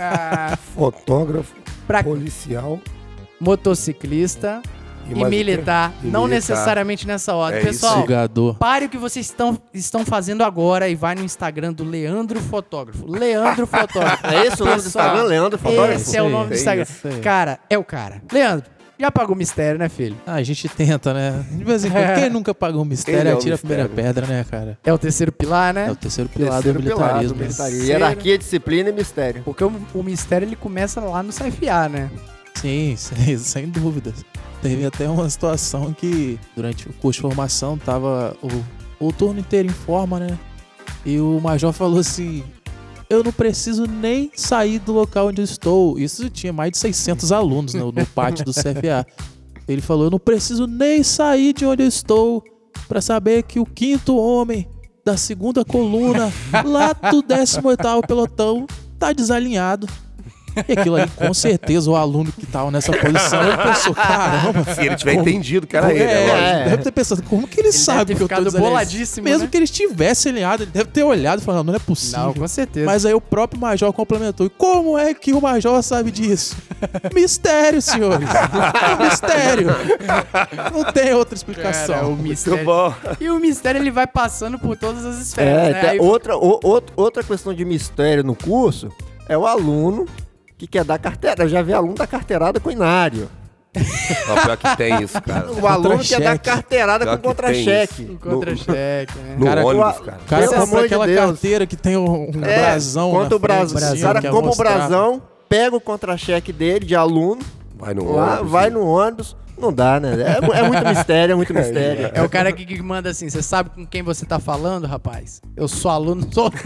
Fotógrafo, pra policial motociclista e mais o quê? militar. E Não militar. necessariamente nessa ordem. É Pessoal, Sugador. pare o que vocês estão fazendo agora e vai no Instagram do Leandro Fotógrafo. Leandro Fotógrafo. É esse o nome do Pessoal, Instagram, Leandro Fotógrafo? Esse é o nome do Tem Instagram. isso aí. Cara, é o cara. Leandro, já pagou mistério, né, filho? A gente tenta, né? De vez em quando. Quem nunca pagou um mistério, Ele é o atira a primeira mistério. pedra, né, cara? É o terceiro pilar, né? É o terceiro pilar Terceiro do pilar militarismo. do né? militarismo. Hierarquia, disciplina e mistério. Porque o mistério ele começa lá no CFA, né? Sim, sem dúvidas. Teve até uma situação que, durante o curso de formação, tava o turno inteiro em forma, né? E o major falou assim: eu não preciso nem sair do local onde eu estou. Isso tinha mais de 600 alunos no pátio do CFA. Ele falou: eu não preciso nem sair de onde eu estou para saber que o 5º homem da 2ª coluna, lá do 18º pelotão, tá desalinhado. E aquilo ali, com certeza, o aluno que tava nessa posição, ele pensou: caramba. Se ele tiver entendido que era ele, é lógico. Deve ter pensado, como que ele sabe deve ter que eu tô ficado desalinhado? boladíssimo, Mesmo né? que ele estivesse alinhado, ele deve ter olhado e falado: não é possível. Não, com certeza. Mas aí o próprio major complementou: e como é que o major sabe disso? Mistério, senhores. Mistério. Não tem outra explicação. Cara, o Muito mistério. bom. E o mistério ele vai passando por todas as esferas, né? Tem Aí- outra questão de mistério no curso é o aluno que quer dar carteira. Eu já vi aluno da carteirada com inário. Ó, pior que tem isso, cara. O aluno quer dar Contra-cheque. carteirada Pior com que contra-cheque. O contra-cheque, né? No Cara, ônibus, o- cara. O cara Pelo compra amor de aquela Deus. carteira que tem um brasão. Conta na o brasão. frente, assim, O cara quer compra o mostrar. brasão, pega o contra-cheque dele de aluno, Vai no lá, ônibus. vai no ônibus. Não dá, né? É muito mistério, é muito mistério. É o cara que manda assim: você sabe com quem você tá falando, rapaz? Eu sou aluno soldado.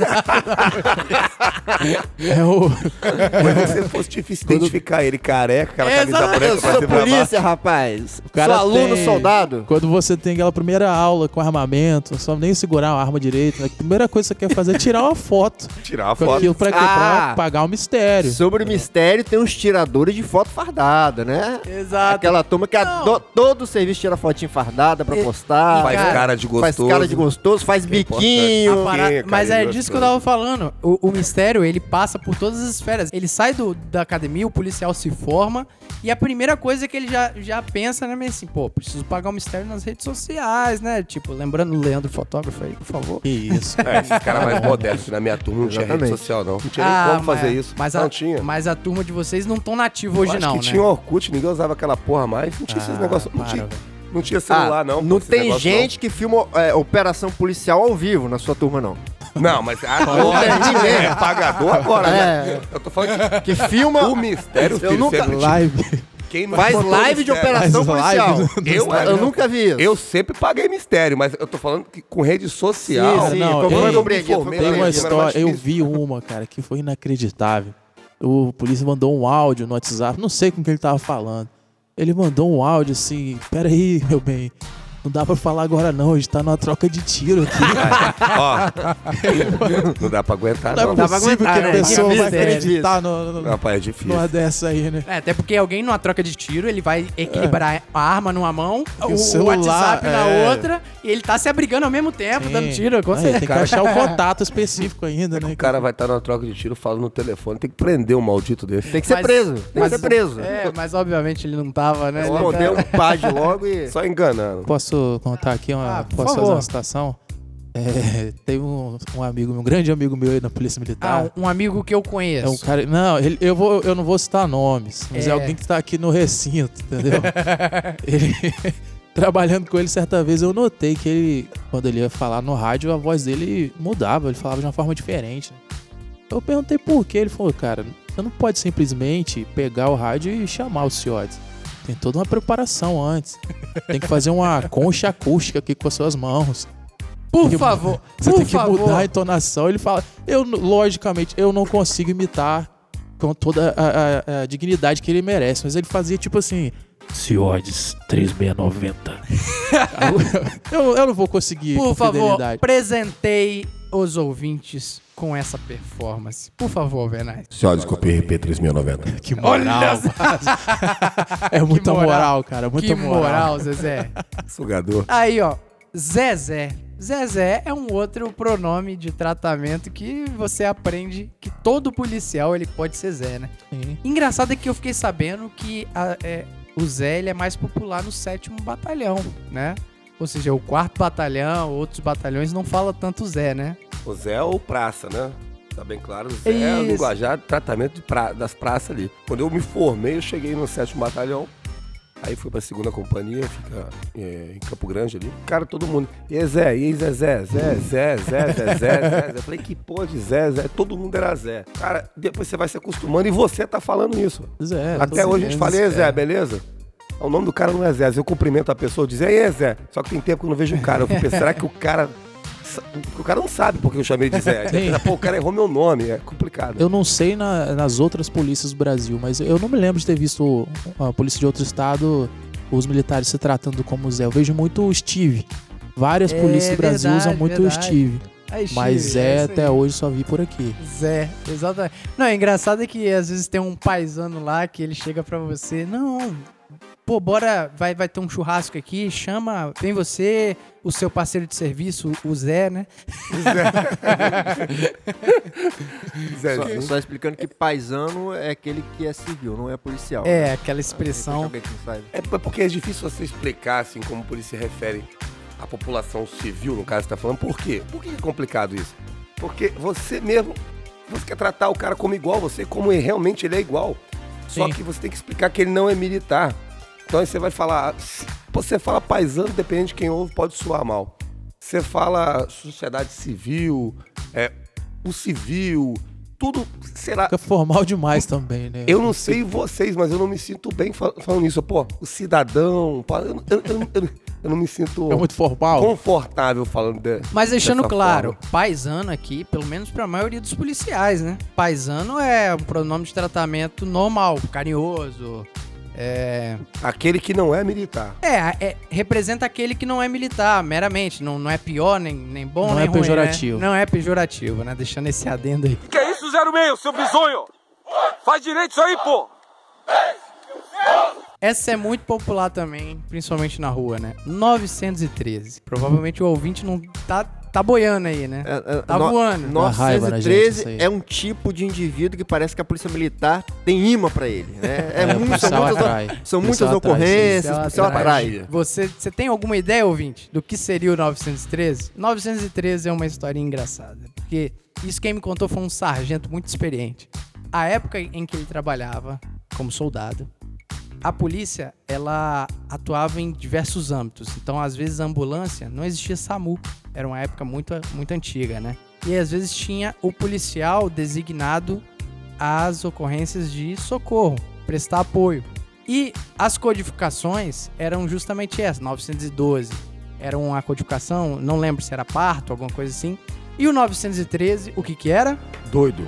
É o... Mas se fosse difícil identificar ele careca, aquela camisa Exato. branca Eu pra sou cima e pra baixo. polícia, rapaz. cara Sou aluno tem- soldado. Quando você tem aquela primeira aula com armamento, não sabe nem segurar a arma direito, a primeira coisa que você quer fazer é tirar uma foto. Tirar uma Com foto. aquilo pra quê? Ah. Pra pagar o mistério. Sobre o mistério, tem uns tiradores de foto fardada, né? Exato. Aquela turma que todo o serviço tira fotinho fardada pra postar. Faz Cara, cara de Faz gostoso. cara de gostoso, faz biquinho. A parada- Quem é mas é carinhoso, disso que eu cara? tava falando. O mistério, ele passa por todas as esferas. Ele sai da academia, o policial se forma, e a primeira coisa que ele já pensa, né, meio assim, pô, preciso pagar o mistério nas redes sociais, né? Tipo, lembrando o Leandro Fotógrafo aí, por favor. Que isso. É, esses caras mais modernos, que na minha turma não tinha rede Exatamente. social, não. Não tinha nem como fazer isso. Mas não a, tinha. Mas a turma de vocês não tão nativa Eu hoje, acho não, que né? tinha o Orkut, ninguém usava aquela porra mais. Não tinha esses negócios. Não tinha, velho. não tinha celular, não. pô, Não esses tem negócios, gente que filma operação policial ao vivo na sua turma, não. Não, mas agora ninguém. é pagador agora, né? É. Eu tô falando Que filma. o mistério, Eu filho, nunca- sempre Live. Quem não Faz botou live de mistério? operação Faz live policial. do- Eu nunca vi isso. Eu sempre paguei mistério, mas eu tô falando que com rede social. Sim, não, como eu foi compreendido, informei, foi Tem uma Mas compreendido. era mais história, eu difícil. vi uma, cara, que foi inacreditável. O polícia mandou um áudio no WhatsApp, não sei com quem ele tava falando. Ele mandou um áudio assim: pera aí, meu bem, não dá pra falar agora não, a gente tá numa troca de tiro aqui. Ó, não dá pra aguentar, Não não. é dá pra possível aguentar, que a né? pessoa vai Mistério. acreditar Rapaz, é difícil. numa dessa aí, né? É, até porque alguém numa troca de tiro, ele vai equilibrar a arma numa mão, o celular, WhatsApp na é. outra, e ele tá se abrigando ao mesmo tempo, dando tiro, com Aí, certeza. tem que achar o contato específico ainda, né? O cara vai estar numa troca de tiro falando no telefone. Tem que prender um maldito desse. Tem que ser Mas- preso. Tem que mas- ser preso. É, mas obviamente ele não tava, né? Ele Responder tá- um página logo e. Só enganando. Posso contar aqui por posso fazer favor. uma citação? Teve um amigo, um grande amigo meu aí na Polícia Militar. Ah, um amigo que eu É um conheço. cara. Não, eu não vou citar nomes, mas é É. alguém que tá aqui no recinto, entendeu? Ele. Trabalhando com ele certa vez, eu notei que ele, quando ele ia falar no rádio, a voz dele mudava, ele falava de uma forma diferente. Eu perguntei por quê, ele falou: cara, você não pode simplesmente pegar o rádio e chamar os senhores. Tem toda uma preparação antes. Tem que fazer uma concha acústica aqui com as suas mãos. Por favor, Você por tem que favor. mudar a entonação. Ele fala, logicamente, eu não consigo imitar com toda a dignidade que ele merece, mas ele fazia tipo assim, Ciodes 3690. eu não vou conseguir Por com favor, fidelidade. presentei os ouvintes com essa performance. Por favor, Venaz. Senhora, desculpe, RP 3690. Que moral. É muita moral, cara. Muita Que moral, Zezé. Sugador. Aí, ó, Zezé. Zezé é um outro pronome de tratamento que você aprende que todo policial ele pode ser Zé, né? Sim. Engraçado é que eu fiquei sabendo que o Zé ele é mais popular no 7º Batalhão, né? Ou seja, o 4º Batalhão, outros batalhões não fala tanto Zé, né? O Zé é o praça, né? Tá bem claro, o Zé é o Isso. linguajar de tratamento das praças ali. Quando eu me formei, eu cheguei no 7º Batalhão. Aí fui pra 2ª Companhia, fica em Campo Grande ali. Cara, todo mundo. E aí, Zé? E aí, Zé? Zé. Eu falei, que porra de Zé? Todo mundo era Zé. Cara, depois você vai se acostumando e você tá falando isso. Zé, Até hoje a gente fala, e aí, Zé, beleza? O nome do cara não é Zé. Eu cumprimento a pessoa, diz, e aí, Zé? Só que tem tempo que eu não vejo o cara. Eu fico pensando, será que o cara não sabe porque eu chamei de Zé? Pô, o cara errou meu nome, é complicado. Eu não sei nas outras polícias do Brasil, mas eu não me lembro de ter visto a polícia de outro estado, os militares se tratando como Zé. Eu vejo muito o Steve. Várias polícias do Brasil verdade, usam muito verdade. o Steve. Aí, Mas Steve, Zé isso até aí. hoje só vi por aqui. Zé, exatamente. Não, é engraçado é que às vezes tem um paisano lá que ele chega pra você, não, pô, bora, vai ter um churrasco aqui, vem você, o seu parceiro de serviço, o Zé, né? Zé, Só explicando que paisano é aquele que é civil, não é policial. É, né? aquela Tem expressão. alguém que não sabe. É porque é difícil você explicar, assim, como o polícia se refere à população civil, no caso que você tá falando. Por quê? Por que é complicado isso? Porque você mesmo, você quer tratar o cara como igual, você como realmente ele é igual. Só Sim. que você tem que explicar que ele não é militar. Então aí você vai falar, você fala paisano, dependendo de quem ouve, pode soar mal. Você fala sociedade civil, o civil, tudo, será... Fica formal demais também, né? Eu não sei vocês, mas eu não me sinto bem falando isso. Pô, o cidadão, pô, eu não me sinto É muito formal. confortável falando Mas deixando dessa claro, forma. paisano aqui, pelo menos pra maioria dos policiais, né? Paisano é um pronome de tratamento normal, carinhoso. Aquele que não é militar. Representa aquele que não é militar, meramente. Não é pior, nem bom, Não nem é ruim, pejorativo. né? Não é pejorativo, né? Deixando esse adendo aí. Que é isso, 06, seu bizonho? Faz direito isso aí, pô! Essa é muito popular também, principalmente na rua, né? 913. Provavelmente o ouvinte não tá boiando aí, né? Tá voando. Dá raiva na gente, isso 913 aí. é um tipo de indivíduo que parece que a polícia militar tem imã pra ele, né? o policial atrai. São O muitas policial atrai, ocorrências, o policial atrai. atrai. Você tem alguma ideia, ouvinte, do que seria o 913? 913 é uma história engraçada, porque isso quem me contou foi um sargento muito experiente. A época em que ele trabalhava como soldado, a polícia, ela atuava em diversos âmbitos. Então, às vezes, a ambulância, não existia SAMU. Era uma época muito, muito antiga, né? E, às vezes, tinha o policial designado às ocorrências de socorro, prestar apoio. E as codificações eram justamente essas, 912. Era uma codificação, não lembro se era parto, alguma coisa assim. E o 913, o que era? Doido.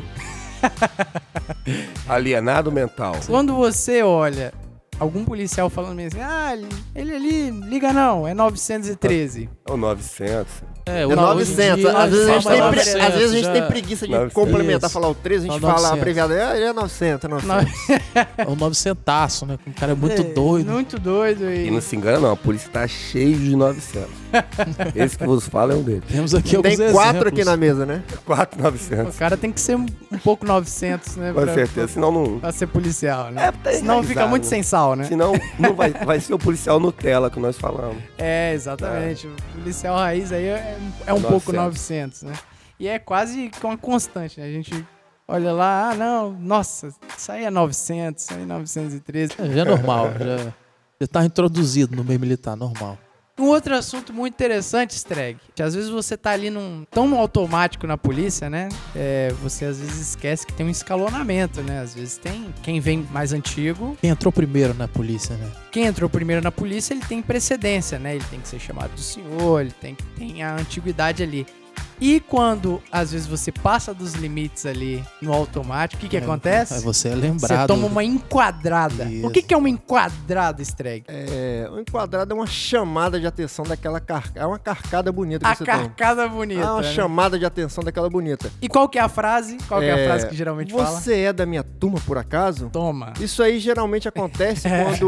Alienado mental. Quando você olha algum policial falando assim, ele ali, liga não, é 913. É o 900. É, É hoje em 900. dia, Às vezes a gente fala tem 900, às vezes a gente já- tem preguiça de 900. complementar, Isso. falar o 13, a gente Fala fala 900. abreviado. Ele é 900, 900. É o 900, né? O cara é muito doido. Muito doido. E não se engana, não. A polícia tá cheio de 900. Esse que vos fala é um deles. Temos aqui Tem alguns 4 exemplos. aqui na mesa, né? 4 O 900. cara tem que ser um pouco 900, né? Com certeza, senão não... Pra ser policial, né? tá Senão fica enraizado. muito sem sal, né? Senão não vai ser o policial Nutella que nós falamos. Exatamente. O policial raiz aí é um 900. pouco 900, né? E é quase que uma constante, né? A gente olha lá, nossa, isso aí é 900, isso aí é 913. Já é normal, já tá introduzido no meio militar, normal. Um outro assunto muito interessante, Streg, que às vezes você tá ali tão no automático na polícia, né? Você às vezes esquece que tem um escalonamento, né? Às vezes tem quem vem mais antigo. Quem entrou primeiro na polícia, né? Quem entrou primeiro na polícia, ele tem precedência, né? Ele tem que ser chamado de senhor, ele tem a antiguidade ali. E quando, às vezes, você passa dos limites ali no automático, o que acontece? Você é lembrado. Você toma uma enquadrada. Isso. O que é uma enquadrada, Streg? O enquadrado é uma chamada de atenção daquela carcada. É uma carcada bonita que A você toma. carcada bonita. É uma né? chamada de atenção daquela bonita. E qual que é a frase? Qual que é a frase que geralmente fala? Você é da minha turma, por acaso? Toma. Isso aí geralmente acontece quando...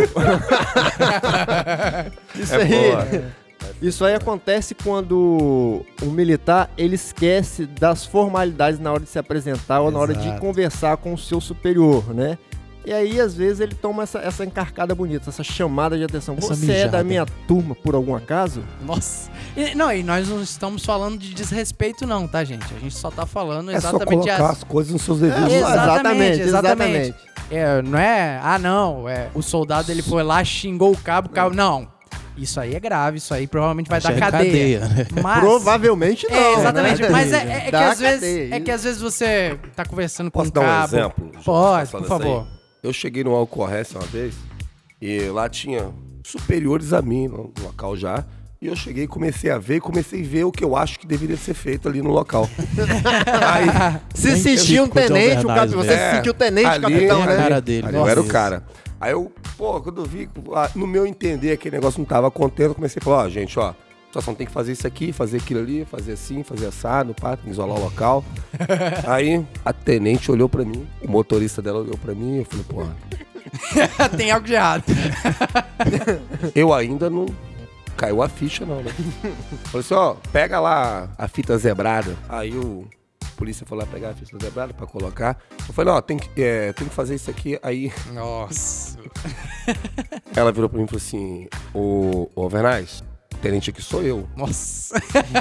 Isso aí acontece quando o militar, ele esquece das formalidades na hora de se apresentar ou na hora de conversar com o seu superior, né? E aí, às vezes, ele toma essa encarcada bonita, essa chamada de atenção. Essa Você mijada. é da minha turma, por algum acaso? Nossa. E nós não estamos falando de desrespeito não, tá, gente? A gente só tá falando É só exatamente colocar as coisas nos seus devidos lugares. Exatamente. Não é... o soldado, ele foi lá, xingou o cabo, não. Isso aí é grave, isso aí provavelmente vai dar cadeia. Né? Mas... Provavelmente não, exatamente. né? Mas Dá que às vezes você tá conversando com Posso um dar um cabo. exemplo? Pode, Falando por favor. assim, eu cheguei no Alcorrece uma vez e lá tinha superiores a mim no local já. E eu cheguei e comecei a ver o que eu acho que deveria ser feito ali no local. Aí, se sentiu um tenente, você se sentiu tenente, ali, capitão, né? cara dele. Ali eu era o cara. Aí eu, quando eu vi, no meu entender, aquele negócio não tava contente, eu comecei a falar, gente, a situação tem que fazer isso aqui, fazer aquilo ali, fazer assim, fazer assado, tem que isolar o local. Aí a tenente olhou pra mim, o motorista dela olhou pra mim e eu falei, tem algo de errado. eu ainda não... Caiu a ficha não, né? Falei assim, pega lá a fita zebrada. Aí a polícia foi lá pegar a fita zebrada pra colocar. Eu falei, não, tem que fazer isso aqui. Aí... Nossa. Ela virou pra mim e falou assim, ô Vernais, o tenente aqui sou eu. Nossa.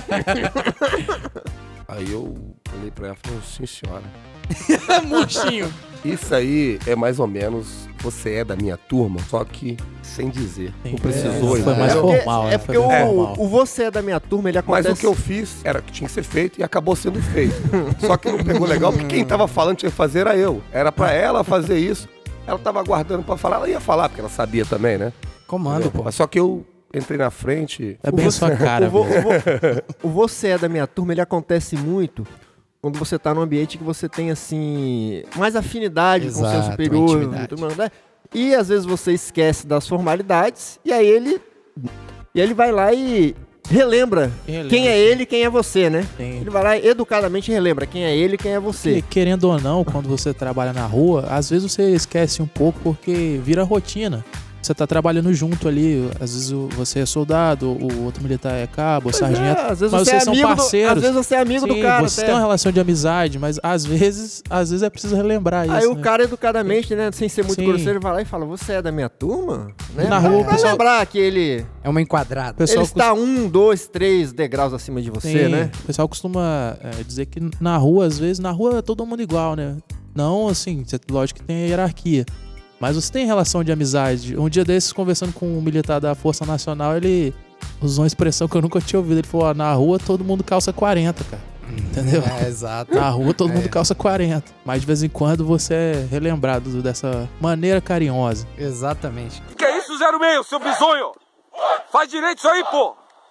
Aí eu olhei pra ela e falei, sim senhora. Murchinho. Isso aí é mais ou menos, você é da minha turma, só que sem dizer. Não precisou. Foi mais formal. É porque o você é da minha turma, ele acontece... Mas o que eu fiz era que tinha que ser feito e acabou sendo feito. Só que não pegou legal, porque quem tava falando tinha que fazer era eu. Era pra ela fazer isso. Ela tava aguardando pra falar, ela ia falar, porque ela sabia também, né? Comando, pô. Mas só que eu entrei na frente... É bem a sua cara, o você é da minha turma, ele acontece muito quando você tá num ambiente que você tem, assim, mais afinidade com o seu superior. Né? E às vezes você esquece das formalidades e aí ele vai lá e relembra quem é ele e quem é você, né? Sim. Ele vai lá e educadamente relembra quem é ele e quem é você. E, querendo ou não, quando você trabalha na rua, às vezes você esquece um pouco porque vira rotina. Você tá trabalhando junto ali, às vezes você é soldado, o outro militar é cabo, sargento, às vezes mas você vocês é são amigo parceiros. às vezes você é amigo do cara. Você tem uma relação de amizade, mas às vezes é preciso relembrar isso. Aí o né? cara educadamente, né, sem ser muito Sim. grosseiro, vai lá e fala, você é da minha turma? Né? Na rua, o vai pessoal- lembrar que ele É uma enquadrada. ele está 1, 2, 3 degraus acima de você, Sim, né? O pessoal costuma dizer que na rua, às vezes, na rua é todo mundo igual, né? Não, assim, lógico que tem hierarquia. Mas você tem relação de amizade. Um dia desses, conversando com um militar da Força Nacional, ele usou uma expressão que eu nunca tinha ouvido. Ele falou, na rua todo mundo calça 40, cara. Entendeu? Exato. Na rua todo mundo calça 40. Mas de vez em quando você é relembrado dessa maneira carinhosa. Exatamente. Que é isso, 06, seu bizonho? Faz direito isso aí, pô!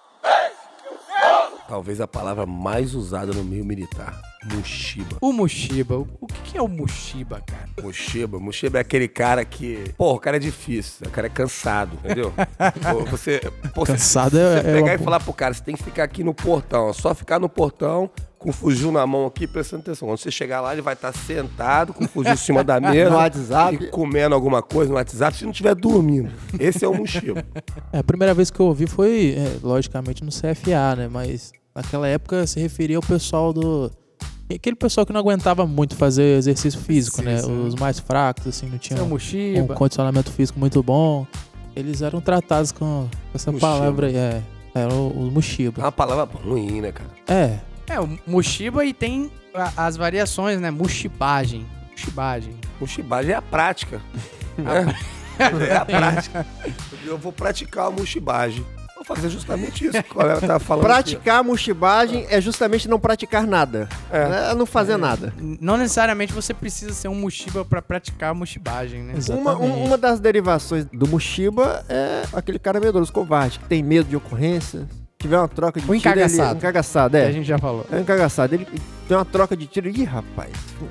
Talvez a palavra mais usada no meio militar. Mushiba. O Mushiba. O que é o Mushiba, cara? Mushiba é aquele cara que... o cara é difícil. O cara é cansado, entendeu? Cansado você é pegar uma- e falar pro cara, você tem que ficar aqui no portão. Só ficar no portão com o fuzil na mão aqui, prestando atenção. Quando você chegar lá, ele vai estar sentado com o fuzil em cima da mesa. No WhatsApp. E comendo alguma coisa no WhatsApp, se não estiver dormindo. Esse é o Mushiba. A primeira vez que eu ouvi foi, logicamente, no CFA, né? Mas naquela época se referia ao pessoal do... Aquele pessoal que não aguentava muito fazer exercício físico, né? Os mais fracos, assim, não É o tinham um Mushiba. condicionamento físico muito bom. Eles eram tratados com essa Mushiba. palavra aí. Era o É Mushiba. uma palavra ruim, né, cara? É, o Mushiba e tem as variações, né? Mushibagem. Mushibagem é a prática. Né? É a prática. Eu vou praticar a mushibagem. Vou fazer justamente isso que o colega tava falando. Praticar a mochibagem é justamente não praticar nada. É não fazer nada. Não necessariamente você precisa ser um mushiba pra praticar a mushibagem, né? Uma das derivações do mushiba é aquele cara medroso, covarde, que tem medo de ocorrência. Tiver uma troca de O tiro, encagaçado. Encagaçado, Que a gente já falou. É um encagaçado. Ele tem uma troca de tiro. Ih, rapaz.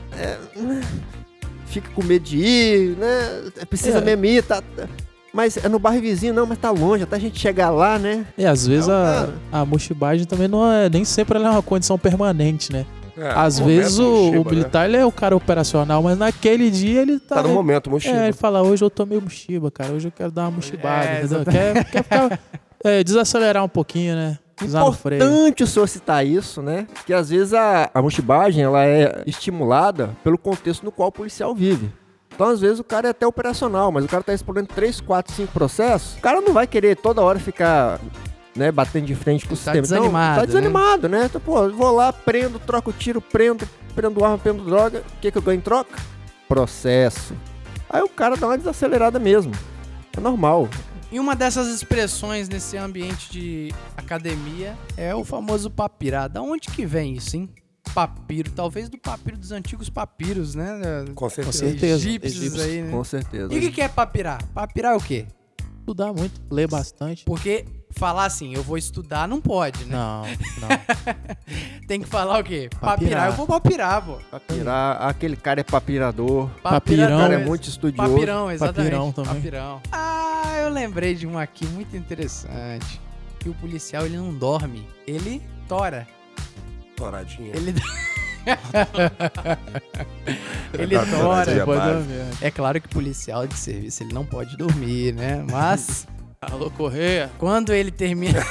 Fica com medo de ir, né? Precisa mesmo ir, tá. Mas é no bairro vizinho, não, mas tá longe, até a gente chegar lá, né? E às vezes a mochibagem também não é, nem sempre ela é uma condição permanente, né? Às vezes o militar ele é o cara operacional, mas naquele dia ele tá no momento mochiba. ele fala, hoje eu tô meio mochiba, cara, hoje eu quero dar uma mochibada, entendeu? Quer ficar, desacelerar um pouquinho, né? Pisar no freio. Importante o senhor citar isso, né? Que às vezes a mochibagem, ela é estimulada pelo contexto no qual o policial vive. Então, às vezes, o cara é até operacional, mas o cara tá respondendo 3, 4, 5 processos. O cara não vai querer toda hora ficar, né, batendo de frente com o sistema. Desanimado, então, tá desanimado, né? Então, pô, vou lá, prendo, troco o tiro, prendo arma, prendo droga. O que eu ganho em troca? Processo. Aí o cara dá uma desacelerada mesmo. É normal. E uma dessas expressões nesse ambiente de academia é o famoso papirá. Da onde que vem isso, hein? Papiro, talvez do papiro dos antigos papiros, né? Com certeza. Egípcios aí, né? Com certeza. E o que é papirá? Papirá é o quê? Estudar muito, ler bastante. Porque falar assim, eu vou estudar, não pode, né? Não. Tem que falar o quê? Papirar. Papirar, eu vou papirar, pô. Papirar, aquele cara é papirador. Papirão. O cara é muito estudioso. Papirão, exatamente. Papirão também. Papirão. Ah, eu lembrei de uma aqui muito interessante. Que o policial, ele não dorme, ele tora. Toradinha. Ele ele tora. É claro que policial de serviço, ele não pode dormir, né? Mas Alô, Correia. quando ele termina...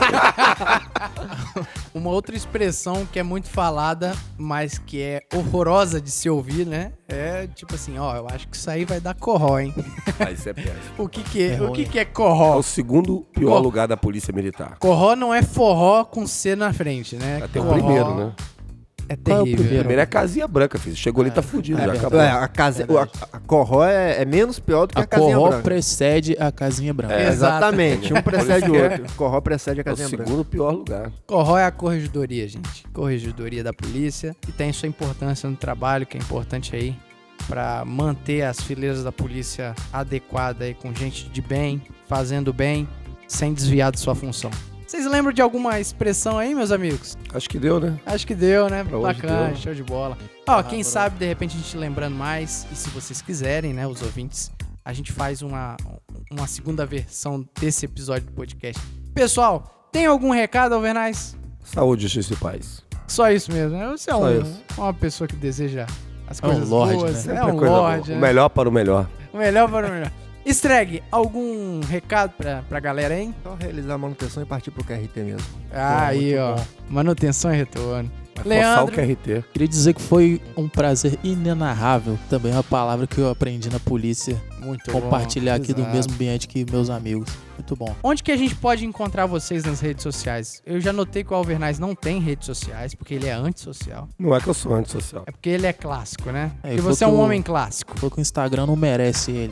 Uma outra expressão que é muito falada, mas que é horrorosa de se ouvir, né? É tipo assim, ó, eu acho que isso aí vai dar corró, hein? Isso é péssimo. O que é É corró? o segundo pior lugar da polícia militar. Corró não é forró com C na frente, né? Até o Corró primeiro, né? É Qual é o terrível. O primeiro é a casinha branca, filho. Chegou ali, tá fudido, já acabou. A corró é menos pior do que a, A casinha Corró branca. precede a casinha branca. Exatamente, um precede o Por isso outro. Corró precede a É o casinha branca. segundo pior lugar. Corró é a corregedoria, gente. Corregedoria da polícia. E tem sua importância no trabalho, que é importante aí pra manter as fileiras da polícia adequadas aí, com gente de bem, fazendo bem, sem desviar de sua função. Vocês lembram de alguma expressão aí, meus amigos? Acho que deu, né? Acho que deu, né? Pra hoje Bacana, deu. show de bola. Ó, quem sabe, de repente, a gente lembrando mais, e se vocês quiserem, né, os ouvintes, a gente faz uma segunda versão desse episódio do podcast. Pessoal, tem algum recado, Alvernais? Saúde, justiça e paz. Só isso mesmo, né? Você é Só isso. uma pessoa que deseja as É um coisas lorde, boas. né? É um coisa lorde, boa. né? O melhor para o melhor. O melhor para o melhor. Streg, algum recado pra galera, hein? Só realizar a manutenção e partir pro QRT mesmo. Ah, aí, muito ó. bom. Manutenção e retorno. Vai forçar o Leandro, QRT. Queria dizer que foi um prazer inenarrável. Também é uma palavra que eu aprendi na polícia. muito Compartilhar bom. aqui do Exato. mesmo ambiente que meus amigos. Muito bom. Onde que a gente pode encontrar vocês nas redes sociais? Eu já notei que o Alvernais não tem redes sociais, porque ele é antissocial. Não é que eu sou antissocial. É porque ele é clássico, né? É, Porque eu você é um vou que o- homem clássico. Falou que o Instagram não merece ele.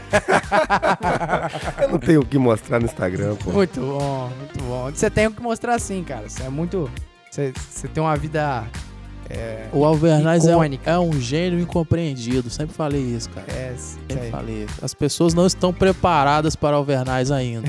Eu não tenho o que mostrar no Instagram, pô. Muito bom, muito bom. Você tem o que mostrar sim, cara. Você é muito... Você tem uma vida... O Alvernais Icônica. é um gênio incompreendido. Sempre falei isso, cara. isso Sempre aí. falei. As pessoas não estão preparadas para o Alvernais ainda.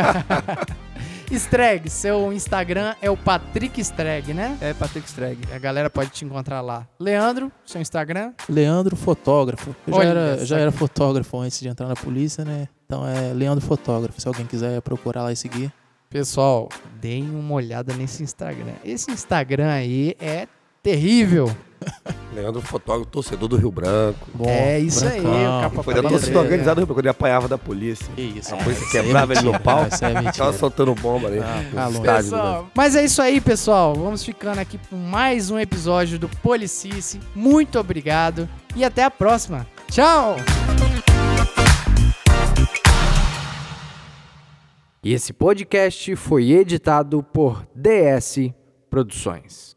Streg, seu Instagram é o Patrick Streg, né? É Patrick Streg. A galera pode te encontrar lá. Leandro, seu Instagram? Leandro Fotógrafo. Eu Olha já era fotógrafo antes de entrar na polícia, né? Então é Leandro Fotógrafo. Se alguém quiser procurar lá e seguir. Pessoal, deem uma olhada nesse Instagram. Esse Instagram aí é terrível. Leandro, fotógrafo, torcedor do Rio Branco. Bom, É isso aí, brancão. o capa Foi da preta. torcida organizada do Rio Branco, quando ele apanhava da polícia. Que isso. A polícia isso aí é quebrava ele no mentira, pau. Isso é Tava mentira. soltando bomba ali. tá no longe. estádio, né? Pessoal, mas é isso aí, pessoal. Vamos ficando aqui com mais um episódio do Policice. Muito obrigado e até a próxima. Tchau! E esse podcast foi editado por DS Produções.